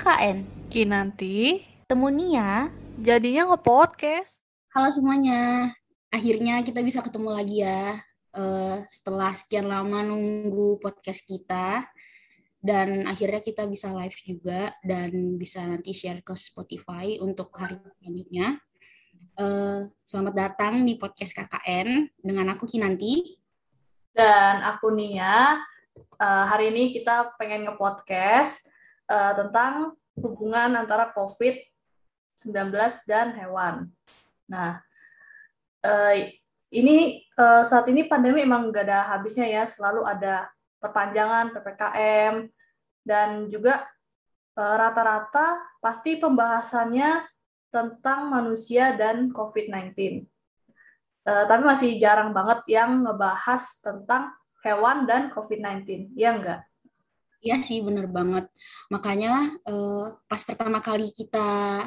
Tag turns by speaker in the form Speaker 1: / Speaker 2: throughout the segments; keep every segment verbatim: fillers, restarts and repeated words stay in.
Speaker 1: K N.
Speaker 2: Kinanti,
Speaker 1: Temu Nia.
Speaker 2: jadinya nge-podcast.
Speaker 3: Halo semuanya, akhirnya kita bisa ketemu lagi ya uh, setelah sekian lama nunggu podcast kita, dan akhirnya kita bisa live juga dan bisa nanti share ke Spotify untuk hari selanjutnya. Uh, selamat datang di podcast K K N dengan aku Kinanti
Speaker 4: dan aku Nia. Uh, hari ini kita pengen nge-podcast uh, tentang hubungan antara covid sembilan belas dan hewan. Nah, uh, ini uh, saat ini pandemi emang nggak ada habisnya ya, selalu ada perpanjangan P P K M, dan juga uh, rata-rata pasti pembahasannya tentang manusia dan covid sembilan belas. Uh, tapi masih jarang banget yang ngebahas tentang hewan dan covid sembilan belas, ya enggak?
Speaker 3: Iya sih, bener banget. Makanya eh, pas pertama kali kita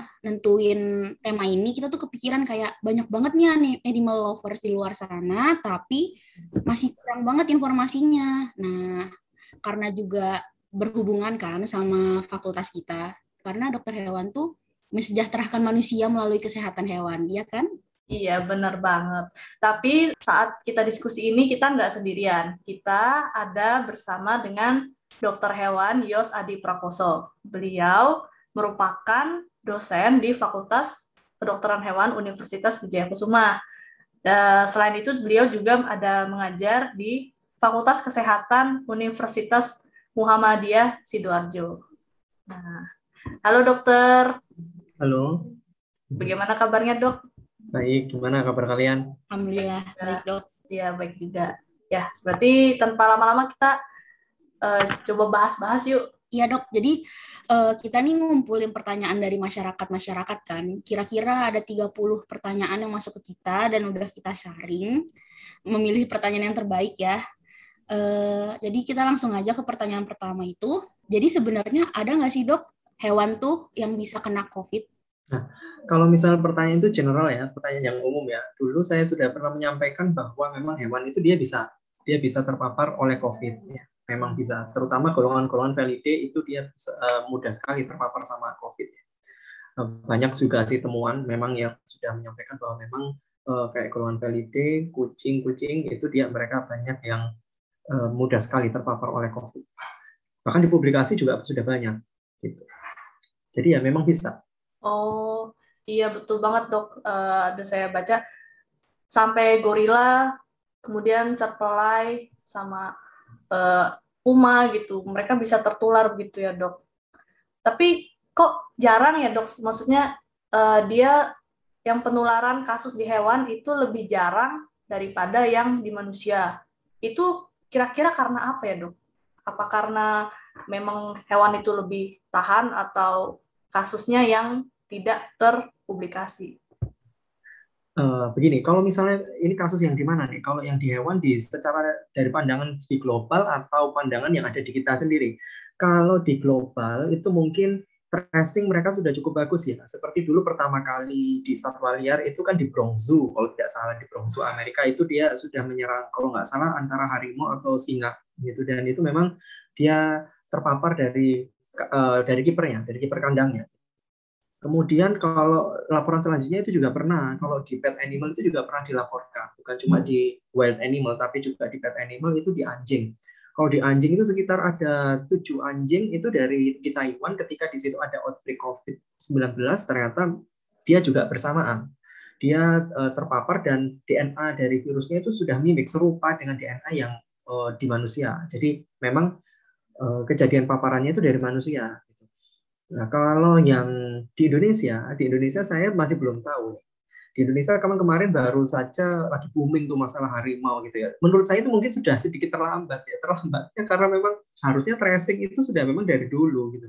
Speaker 3: nentuin tema ini, kita tuh kepikiran kayak banyak banget nih animal lovers di luar sana, tapi masih kurang banget informasinya. Nah, karena juga berhubungan kan sama fakultas kita, karena dokter hewan tuh mensejahterakan manusia melalui kesehatan hewan, ya kan?
Speaker 4: Iya, benar banget. Tapi saat kita diskusi ini, kita nggak sendirian. Kita ada bersama dengan Dokter Hewan Yos Adi Prakoso. Beliau merupakan dosen di Fakultas Kedokteran Hewan Universitas Wijayakusuma. Dan selain itu, beliau juga ada mengajar di Fakultas Kesehatan Universitas Muhammadiyah Sidoarjo. Nah, halo dokter.
Speaker 5: Halo.
Speaker 4: Bagaimana kabarnya, Dok?
Speaker 5: Baik, gimana kabar kalian?
Speaker 3: Alhamdulillah,
Speaker 4: ya,
Speaker 3: baik dok.
Speaker 4: Ya, baik juga. Ya, berarti tanpa lama-lama kita uh, coba bahas-bahas yuk.
Speaker 3: Iya dok, jadi uh, kita nih ngumpulin pertanyaan dari masyarakat-masyarakat kan. Kira-kira ada tiga puluh pertanyaan yang masuk ke kita dan udah kita saring. Memilih pertanyaan yang terbaik ya. Uh, jadi kita langsung aja ke pertanyaan pertama itu. Jadi sebenarnya ada nggak sih dok hewan tuh yang bisa kena COVID?
Speaker 5: Nah, kalau misal pertanyaan itu general ya, pertanyaan yang umum ya. Dulu saya sudah pernah menyampaikan bahwa memang hewan itu dia bisa dia bisa terpapar oleh COVID ya. Memang bisa, terutama golongan-golongan Felidae itu dia uh, mudah sekali terpapar sama COVID. Uh, banyak juga sih temuan memang yang sudah menyampaikan bahwa memang uh, kayak golongan Felidae, kucing-kucing itu dia mereka banyak yang uh, mudah sekali terpapar oleh COVID. Bahkan di publikasi juga sudah banyak gitu. Jadi ya memang bisa.
Speaker 4: Oh, iya betul banget dok. Uh, ada saya baca sampai gorila, kemudian cerpelai sama uh, puma gitu, mereka bisa tertular begitu ya dok. Tapi kok jarang ya dok? Maksudnya uh, dia yang penularan kasus di hewan itu lebih jarang daripada yang di manusia. Itu kira-kira karena apa ya dok? Apa karena memang hewan itu lebih tahan atau kasusnya yang tidak terpublikasi?
Speaker 5: Uh, begini, kalau misalnya ini kasus yang di mana nih? Kalau yang di hewan di secara dari pandangan di global atau pandangan yang ada di kita sendiri. Kalau di global itu mungkin tracing mereka sudah cukup bagus ya. Seperti dulu pertama kali di satwa liar itu kan di Bronx Zoo, kalau tidak salah di Bronx Zoo Amerika itu dia sudah menyerang kalau nggak salah antara harimau atau singa gitu, dan itu memang dia terpapar dari uh, dari kipernya, dari kiper kandangnya. Kemudian kalau laporan selanjutnya itu juga pernah, kalau di pet animal itu juga pernah dilaporkan, bukan cuma di wild animal, tapi juga di pet animal itu di anjing. Kalau di anjing itu sekitar ada tujuh anjing itu dari di Taiwan, ketika di situ ada outbreak covid sembilan belas, ternyata dia juga bersamaan. Dia uh, terpapar dan D N A dari virusnya itu sudah mimik serupa dengan D N A yang uh, di manusia. Jadi memang uh, kejadian paparannya itu dari manusia. Nah, kalau yang di Indonesia, di Indonesia saya masih belum tahu. Di Indonesia kemarin baru saja lagi booming tuh masalah harimau gitu ya. Menurut saya itu mungkin sudah sedikit terlambat ya, terlambatnya karena memang harusnya tracing itu sudah memang dari dulu gitu.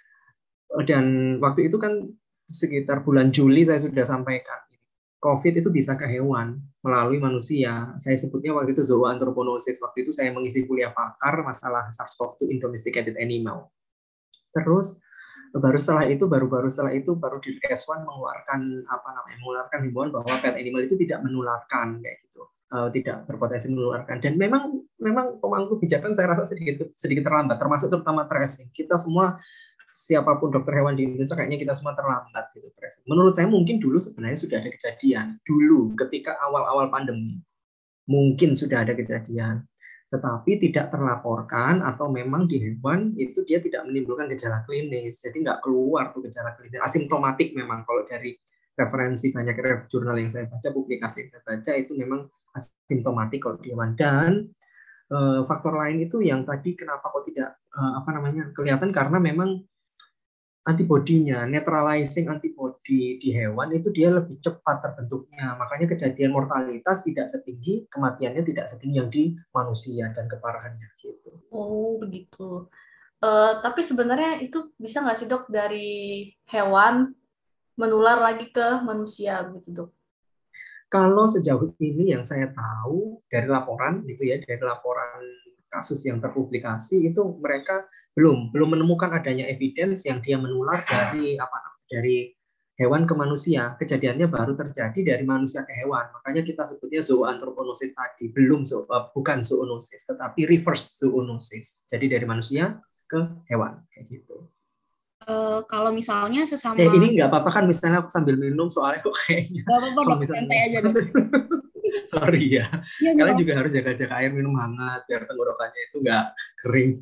Speaker 5: Dan waktu itu kan sekitar bulan Juli saya sudah sampaikan, COVID itu bisa ke hewan melalui manusia. Saya sebutnya waktu itu zooanthroponosis. Waktu itu saya mengisi kuliah pakar masalah SARS-CoV dua in domesticated animal. Terus baru setelah itu baru-baru setelah itu baru di S satu mengeluarkan apa namanya mengeluarkan himbauan bahwa pet animal itu tidak menularkan kayak gitu, uh, tidak berpotensi menularkan. Dan memang memang pemangku kebijakan saya rasa sedikit sedikit terlambat, termasuk terutama tracing. Kita semua siapapun dokter hewan di Indonesia kayaknya kita semua terlambat gitu. Menurut saya mungkin dulu sebenarnya sudah ada kejadian dulu ketika awal-awal pandemi mungkin sudah ada kejadian, tetapi tidak terlaporkan atau memang di hewan itu dia tidak menimbulkan gejala klinis, jadi nggak keluar tuh gejala klinis, asimptomatik memang kalau dari referensi banyak jurnal yang saya baca, publikasi yang saya baca itu memang asimptomatik kalau di hewan. Dan uh, faktor lain itu yang tadi kenapa kok tidak uh, apa namanya kelihatan karena memang antibodinya, neutralizing antibody di hewan itu dia lebih cepat terbentuknya. Makanya kejadian mortalitas tidak setinggi, kematiannya tidak setinggi yang di manusia dan keparahannya gitu.
Speaker 4: Oh, begitu. Uh, tapi sebenarnya itu bisa nggak sih dok dari hewan menular lagi ke manusia begitu dok?
Speaker 5: Kalau sejauh ini yang saya tahu dari laporan gitu ya, dari laporan kasus yang terpublikasi itu mereka belum belum menemukan adanya evidence yang dia menular dari apa dari hewan ke manusia. Kejadiannya baru terjadi dari manusia ke hewan. Makanya kita sebutnya zooanthroponosis tadi, belum bukan zoonosis tetapi reverse zoonosis. Jadi dari manusia ke hewan kayak gitu.
Speaker 3: Uh, kalau misalnya sesama
Speaker 5: eh, ini nggak apa-apa kan misalnya aku sambil minum soalnya kok kayaknya
Speaker 3: nggak apa-apa dok, santai aja dok.
Speaker 5: Sorry ya,
Speaker 3: ya
Speaker 5: kalian juga harus jaga-jaga air minum hangat biar tenggorokannya itu nggak kering.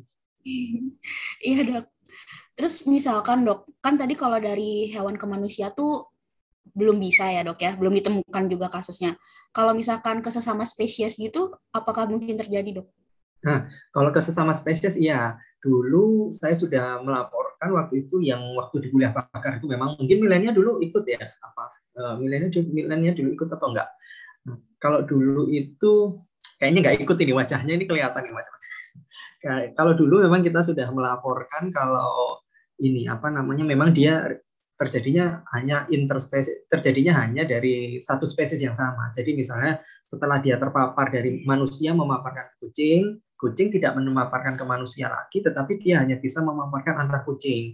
Speaker 3: Iya dok. Terus misalkan dok, kan tadi kalau dari hewan ke manusia tuh belum bisa ya dok ya, belum ditemukan juga kasusnya. Kalau misalkan ke sesama spesies gitu, apakah mungkin terjadi dok?
Speaker 5: Nah, kalau ke sesama spesies iya. Dulu saya sudah melaporkan waktu itu yang waktu di kuliah pakar itu memang mungkin milenial dulu ikut ya apa uh, milenial milenial dulu ikut atau enggak. Nah, kalau dulu itu kayaknya nggak ikut ini wajahnya ini kelihatan nih macam. Kalau dulu memang kita sudah melaporkan kalau ini apa namanya memang dia terjadinya hanya interspesies, terjadinya hanya dari satu spesies yang sama. Jadi misalnya setelah dia terpapar dari manusia memaparkan kucing, kucing tidak memaparkan ke manusia lagi, tetapi dia hanya bisa memaparkan antar kucing.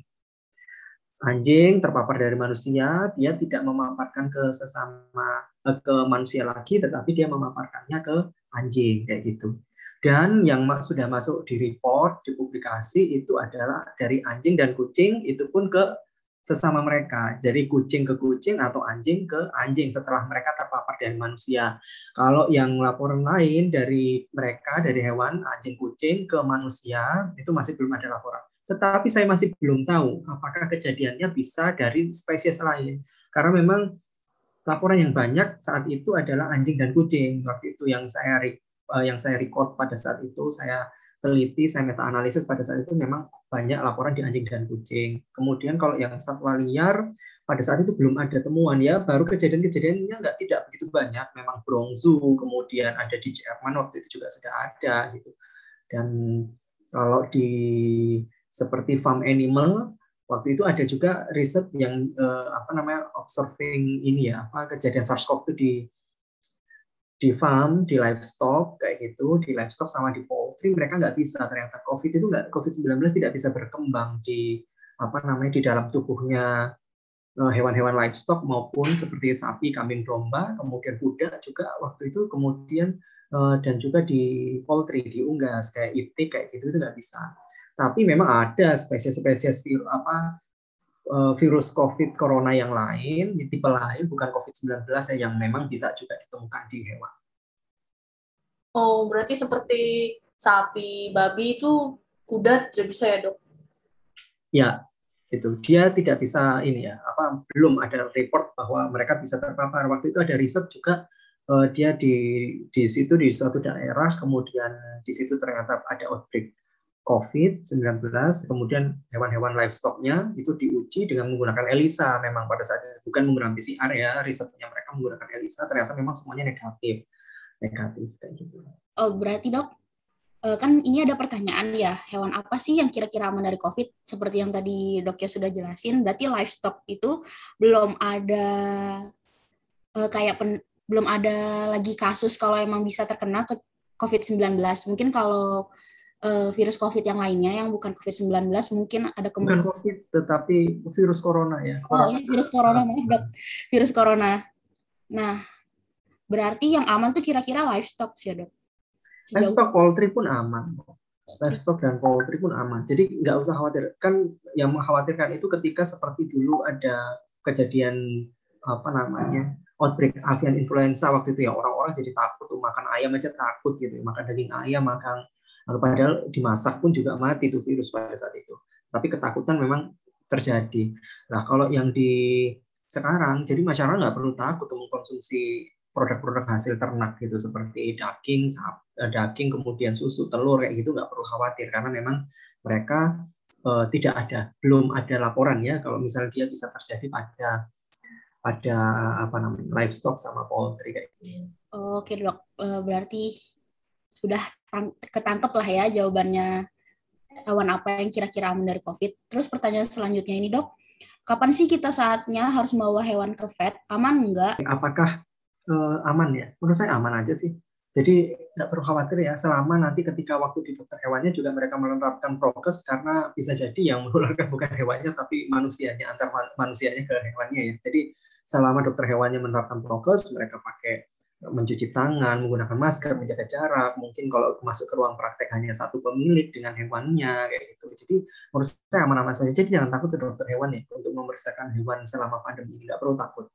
Speaker 5: Anjing terpapar dari manusia, dia tidak memaparkan ke sesama ke manusia lagi, tetapi dia memaparkannya ke anjing kayak gitu. Dan yang sudah masuk di report, di publikasi itu adalah dari anjing dan kucing, itu pun ke sesama mereka. Jadi kucing ke kucing atau anjing ke anjing setelah mereka terpapar dari manusia. Kalau yang laporan lain dari mereka, dari hewan, anjing kucing ke manusia, itu masih belum ada laporan. Tetapi saya masih belum tahu apakah kejadiannya bisa dari spesies lain. Karena memang laporan yang banyak saat itu adalah anjing dan kucing. Waktu itu yang saya yang saya record pada saat itu, saya teliti, saya meta analisis pada saat itu memang banyak laporan di anjing dan kucing. Kemudian kalau yang satwa liar pada saat itu belum ada temuan ya, baru kejadian-kejadiannya nggak tidak begitu banyak. Memang Bronx Zoo, kemudian ada di Jerman waktu itu juga sudah ada gitu. Dan kalau di seperti farm animal waktu itu ada juga riset yang eh, apa namanya observing ini ya apa kejadian SARS-CoV itu di di farm, di livestock kayak gitu, di livestock sama di poultry mereka nggak bisa ternyata COVID itu nggak COVID sembilan belas tidak bisa berkembang di apa namanya di dalam tubuhnya hewan-hewan livestock maupun seperti sapi, kambing, domba, kemudian kuda juga waktu itu kemudian dan juga di poultry di unggas kayak itik kayak gitu itu nggak bisa. Tapi memang ada spesies-spesies virus apa virus COVID corona yang lain, tipe lain, bukan COVID sembilan belas ya, yang memang bisa juga ditemukan di hewan.
Speaker 4: Oh, berarti seperti sapi, babi itu kuda tidak bisa ya dok?
Speaker 5: Ya, itu dia tidak bisa ini ya, apa belum ada report bahwa mereka bisa terpapar. Waktu itu ada riset juga uh, dia di di situ di suatu daerah, kemudian di situ ternyata ada outbreak COVID sembilan belas, kemudian hewan-hewan livestock-nya itu diuji dengan menggunakan ELISA memang pada saat itu, bukan menggunakan P C R ya, risetnya mereka menggunakan ELISA, ternyata memang semuanya negatif. Negatif kayak gitu.
Speaker 3: Oh, berarti dok, kan ini ada pertanyaan ya, hewan apa sih yang kira-kira aman dari COVID? Seperti yang tadi dok ya sudah jelasin, berarti livestock itu belum ada kayak pen, belum ada lagi kasus kalau emang bisa terkena ke COVID sembilan belas. Mungkin kalau virus COVID yang lainnya yang bukan COVID sembilan belas mungkin ada kemungkinan.
Speaker 5: Bukan COVID, tetapi virus corona ya.
Speaker 3: Oh iya, virus corona, maaf dok. Virus corona. Nah, berarti yang aman tuh kira-kira livestock sih ya dok?
Speaker 5: Livestock poultry pun aman. livestock dan poultry pun aman. Jadi nggak usah khawatir. Kan yang mengkhawatirkan itu ketika seperti dulu ada kejadian apa namanya outbreak avian influenza waktu itu ya, orang-orang jadi takut tuh makan ayam aja takut gitu, makan daging ayam, makan padahal dimasak pun juga mati tuh virus pada saat itu. Tapi ketakutan memang terjadi. Nah kalau yang di sekarang, jadi masyarakat nggak perlu takut untuk mengkonsumsi produk-produk hasil ternak gitu seperti daging, daging kemudian susu, telur kayak gitu nggak perlu khawatir karena memang mereka eh, tidak ada, belum ada laporan ya kalau misalnya dia bisa terjadi pada pada apa namanya livestock sama poultry kayak gitu.
Speaker 3: Oke dok, berarti sudah ketangkep lah ya jawabannya hewan apa yang kira-kira aman dari COVID. Terus pertanyaan selanjutnya ini dok, kapan sih kita saatnya harus membawa hewan ke vet? Aman nggak?
Speaker 5: Apakah eh, aman ya? Menurut saya aman aja sih. Jadi nggak perlu khawatir ya, selama nanti ketika waktu di dokter hewannya juga mereka menerapkan prokes, karena bisa jadi yang menularkan bukan hewannya tapi manusianya, antar manusianya ke hewannya ya. Jadi selama dokter hewannya menerapkan prokes, mereka pakai mencuci tangan, menggunakan masker, menjaga jarak, mungkin kalau masuk ke ruang praktek hanya satu pemilik dengan hewannya kayak gitu. Jadi menurut saya aman-aman saja. Jadi jangan takut ke dokter hewan ya untuk memeriksakan hewan selama pandemi ini, nggak perlu takut.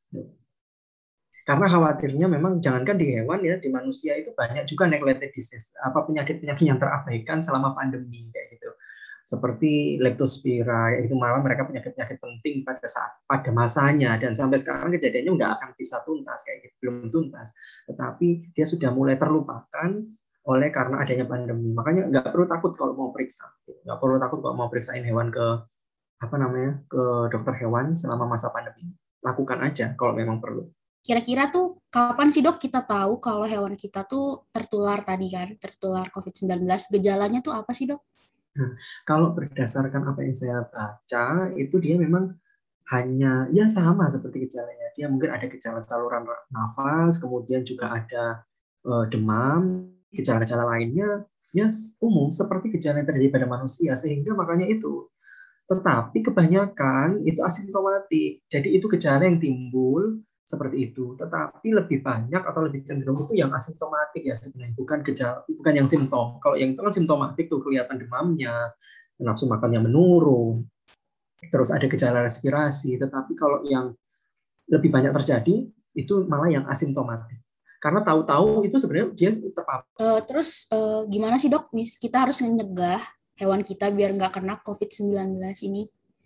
Speaker 5: Karena khawatirnya memang jangankan di hewan ya, di manusia itu banyak juga neglected disease, apa penyakit-penyakit yang terabaikan selama pandemi kayak gitu. Seperti leptospira, itu malah mereka penyakit-penyakit penting pada saat pada masanya, dan sampai sekarang kejadiannya nggak akan bisa tuntas kayak gitu, belum tuntas. Tetapi dia sudah mulai terlupakan oleh karena adanya pandemi. Makanya nggak perlu takut kalau mau periksa, nggak perlu takut kalau mau periksain hewan ke apa namanya ke dokter hewan selama masa pandemi. Lakukan aja kalau memang perlu.
Speaker 3: Kira-kira tuh kapan sih dok kita tahu kalau hewan kita tuh tertular tadi kan, tertular covid sembilan belas? Gejalanya tuh apa sih dok?
Speaker 5: Nah, kalau berdasarkan apa yang saya baca, itu dia memang hanya ya sama seperti gejalanya. Dia mungkin ada gejala saluran nafas, kemudian juga ada uh, demam, gejala-gejala lainnya ya umum seperti gejala yang terjadi pada manusia, sehingga makanya itu. Tetapi kebanyakan itu asimptomatik. Jadi itu gejala yang timbul seperti itu, tetapi lebih banyak atau lebih cenderung itu yang asimptomatik ya sebenarnya, bukan gejala, bukan yang simptom. Kalau yang itu kan simptomatik tuh kelihatan demamnya, nafsu makannya menurun, terus ada gejala respirasi. Tetapi kalau yang lebih banyak terjadi itu malah yang asimptomatik, karena tahu-tahu itu sebenarnya dia terpapar.
Speaker 3: Uh, terus uh, gimana sih dok, Miss? Kita harus mencegah hewan kita biar nggak kena covid sembilan belas ini?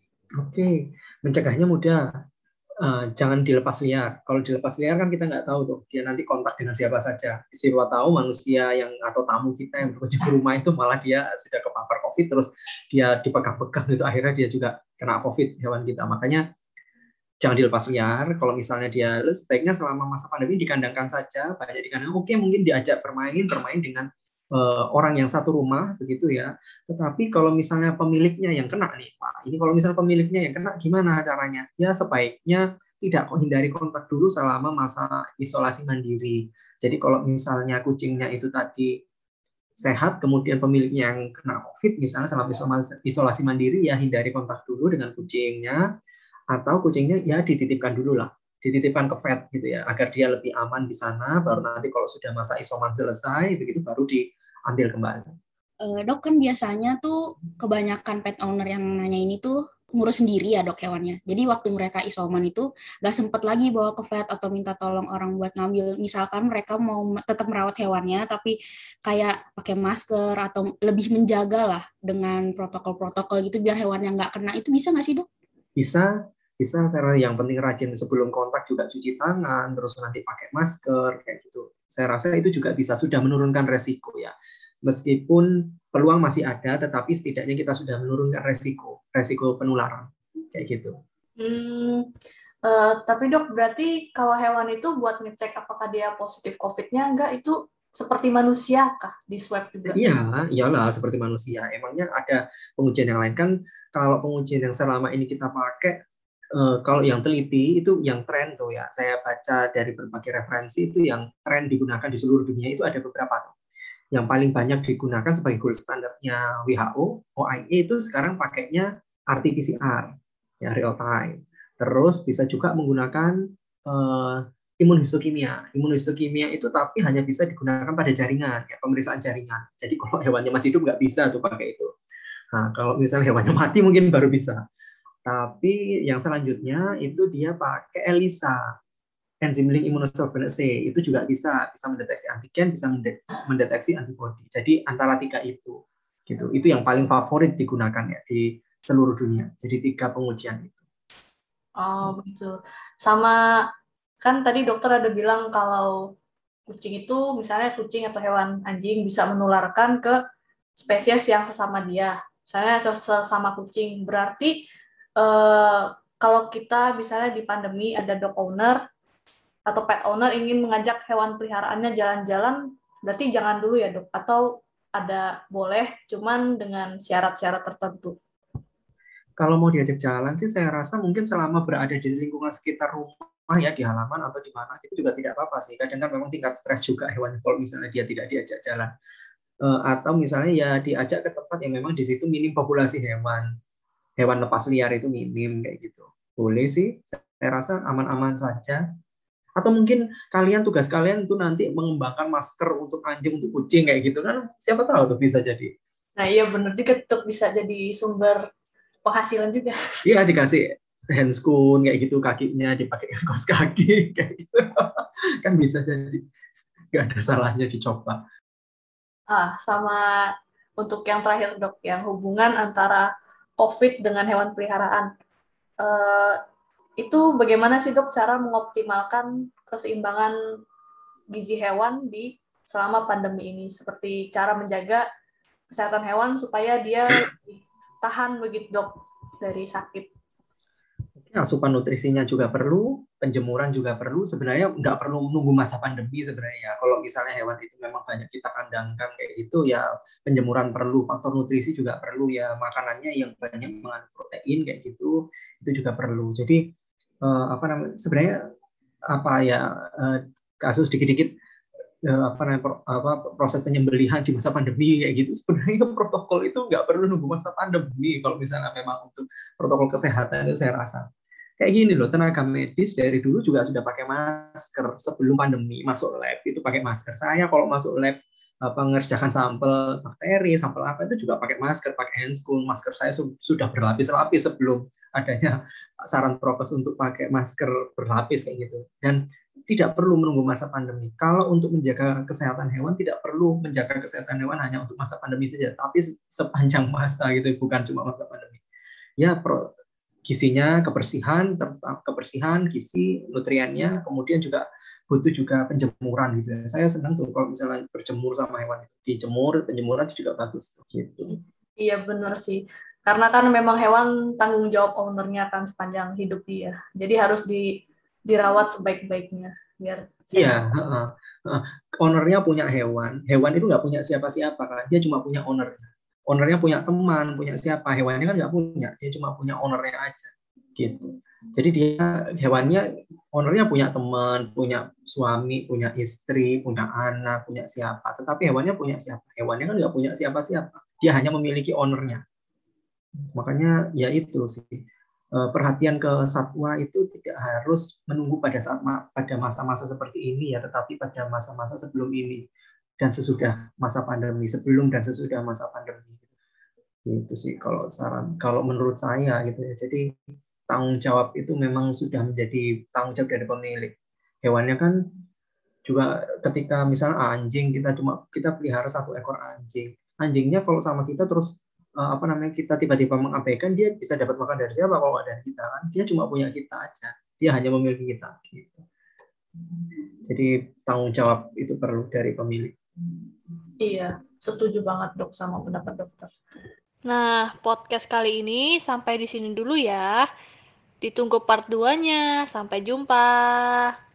Speaker 5: Oke, mencegahnya mudah. Uh, jangan dilepas liar. Kalau dilepas liar kan kita nggak tahu tuh dia nanti kontak dengan siapa saja. Siapa tahu manusia yang atau tamu kita yang berkunjung ke rumah itu malah dia sudah kepapar COVID, terus dia dipegang-pegang itu akhirnya dia juga kena COVID hewan kita. Makanya jangan dilepas liar. Kalau misalnya dia sebaiknya selama masa pandemi dikandangkan saja, banyak dikandang. Oke, mungkin diajak bermain, bermain dengan orang yang satu rumah begitu ya. Tetapi kalau misalnya pemiliknya yang kena nih, Pak, ini kalau misalnya pemiliknya yang kena gimana caranya? Ya sebaiknya tidak hindari kontak dulu selama masa isolasi mandiri. Jadi kalau misalnya kucingnya itu tadi sehat, kemudian pemiliknya yang kena COVID misalnya selama isolasi mandiri, ya hindari kontak dulu dengan kucingnya, atau kucingnya ya dititipkan dulu lah, dititipkan ke vet gitu ya, agar dia lebih aman di sana. Baru nanti kalau sudah masa isoman selesai, begitu baru diambil kembali.
Speaker 3: Uh, dok, kan biasanya tuh kebanyakan pet owner yang nanya ini tuh ngurus sendiri ya dok hewannya. Jadi waktu mereka isoman itu nggak sempat lagi bawa ke vet atau minta tolong orang buat ngambil. Misalkan mereka mau tetap merawat hewannya, tapi kayak pakai masker atau lebih menjaga lah dengan protokol-protokol gitu biar hewannya nggak kena. Itu bisa nggak sih dok?
Speaker 5: Bisa, bisa. Cara yang penting rajin sebelum kontak juga cuci tangan, terus nanti pakai masker kayak gitu. Saya rasa itu juga bisa sudah menurunkan resiko ya. Meskipun peluang masih ada, tetapi setidaknya kita sudah menurunkan resiko, resiko penularan kayak gitu.
Speaker 4: Hmm, uh, tapi dok, berarti kalau hewan itu buat ngecek apakah dia positif COVID-nya enggak, itu seperti manusia kah di swab juga?
Speaker 5: Iya, iyalah seperti manusia. Emangnya ada pengujian yang lain kan? Kalau pengujian yang selama ini kita pakai, uh, kalau yang teliti itu yang tren tuh ya. Saya baca dari berbagai referensi itu yang tren digunakan di seluruh dunia itu ada beberapa tuh. Yang paling banyak digunakan sebagai gold standarnya W H O, O I E itu sekarang pakainya R T P C R, ya real time. Terus bisa juga menggunakan uh, imunohistokimia. Imunohistokimia itu tapi hanya bisa digunakan pada jaringan, ya, pemeriksaan jaringan. Jadi kalau hewannya masih hidup nggak bisa tuh pakai itu. Nah, kalau misalnya hewannya mati mungkin baru bisa. Tapi yang selanjutnya itu dia pakai ELISA, enzim link immunosorbonase. Itu juga bisa bisa mendeteksi antigen, bisa mendeteksi antibodi. Jadi antara tiga itu, gitu. Itu yang paling favorit digunakan ya di seluruh dunia. Jadi tiga pengujian itu.
Speaker 4: Oh begitu. Sama kan tadi dokter ada bilang kalau kucing itu misalnya kucing atau hewan anjing bisa menularkan ke spesies yang sesama dia. Misalnya ke sesama kucing. Berarti eh, kalau kita misalnya di pandemi ada dog owner atau pet owner ingin mengajak hewan peliharaannya jalan-jalan, berarti jangan dulu ya dok? Atau ada boleh, cuman dengan syarat-syarat tertentu?
Speaker 5: Kalau mau diajak jalan sih saya rasa mungkin selama berada di lingkungan sekitar rumah ya, di halaman atau di mana, itu juga tidak apa-apa sih. Kadang kan memang tingkat stres juga hewan kalau misalnya dia tidak diajak jalan. Atau misalnya ya diajak ke tempat yang memang di situ minim populasi hewan. Hewan lepas liar itu minim kayak gitu. Boleh sih, saya rasa aman-aman saja. Atau mungkin kalian tugas kalian itu nanti mengembangkan masker untuk anjing, untuk kucing kayak gitu kan, siapa tahu tuh bisa jadi.
Speaker 4: Nah iya benar juga tuh, bisa jadi sumber penghasilan juga.
Speaker 5: Iya, dikasih handscoon kayak gitu, kakinya dipakai kaos kaki kayak gitu. Kan bisa jadi. Nggak ada salahnya dicoba.
Speaker 4: Ah, sama untuk yang terakhir dok, yang hubungan antara COVID dengan hewan peliharaan. Uh, itu bagaimana sih dok cara mengoptimalkan keseimbangan gizi hewan di selama pandemi ini? Seperti cara menjaga kesehatan hewan supaya dia tahan begitu dok dari sakit.
Speaker 5: Asupan nutrisinya juga perlu, penjemuran juga perlu. Sebenarnya nggak perlu menunggu masa pandemi sebenarnya. Kalau misalnya hewan itu memang banyak kita kandangkan kayak gitu, ya penjemuran perlu, faktor nutrisi juga perlu ya, makanannya yang banyak mengandung protein kayak gitu, itu juga perlu. Jadi eh, apa namanya? Sebenarnya apa ya eh, kasus dikit-dikit apa namanya apa proses penyembelihan di masa pandemi kayak gitu, sebenarnya protokol itu nggak perlu nunggu masa pandemi kalau misalnya memang untuk protokol kesehatan itu saya rasa. Kayak gini loh, tenaga medis dari dulu juga sudah pakai masker sebelum pandemi, masuk lab itu pakai masker. Saya kalau masuk lab pengerjakan sampel bakteri, sampel apa itu juga pakai masker, pakai handscoon. Masker saya sudah berlapis-lapis sebelum adanya saran prokes untuk pakai masker berlapis kayak gitu. Dan tidak perlu menunggu masa pandemi. Kalau untuk menjaga kesehatan hewan tidak perlu menjaga kesehatan hewan hanya untuk masa pandemi saja, tapi sepanjang masa gitu, bukan cuma masa pandemi. Ya, pro, gizinya, kebersihan, tetap kebersihan, gizi, nutriennya, kemudian juga butuh juga penjemuran gitu. Saya senang tuh kalau misalnya berjemur sama hewan, dijemur, penjemuran itu juga bagus gitu.
Speaker 4: Iya benar sih. Karena kan memang hewan tanggung jawab ownernya kan sepanjang hidup dia. Jadi harus di dirawat sebaik-baiknya biar
Speaker 5: iya uh, uh, ownernya punya hewan hewan itu nggak punya siapa-siapa kan, dia cuma punya ownernya ownernya punya teman, punya siapa, hewannya kan nggak punya, dia cuma punya ownernya aja gitu. Jadi dia hewannya ownernya punya teman, punya suami, punya istri, punya anak, punya siapa, tetapi hewannya punya siapa, hewannya kan nggak punya siapa-siapa, dia hanya memiliki ownernya. Makanya ya itu sih, perhatian ke satwa itu tidak harus menunggu pada saat pada masa-masa seperti ini ya, tetapi pada masa-masa sebelum ini dan sesudah masa pandemi, sebelum dan sesudah masa pandemi. Itu sih kalau saran, kalau menurut saya gitu ya. Jadi tanggung jawab itu memang sudah menjadi tanggung jawab dari pemilik. Hewannya kan juga ketika misalnya anjing, kita cuma kita pelihara satu ekor anjing. Anjingnya kalau sama kita terus apa namanya kita tiba-tiba mengabaikan, dia bisa dapat makan dari siapa kalau ada kita kan? Dia cuma punya kita aja, dia hanya memiliki kita gitu. Jadi tanggung jawab itu perlu dari pemilik.
Speaker 4: Iya, setuju banget dok sama pendapat dokter.
Speaker 2: Nah, podcast kali ini sampai di sini dulu ya. Ditunggu part dua-nya. Sampai jumpa.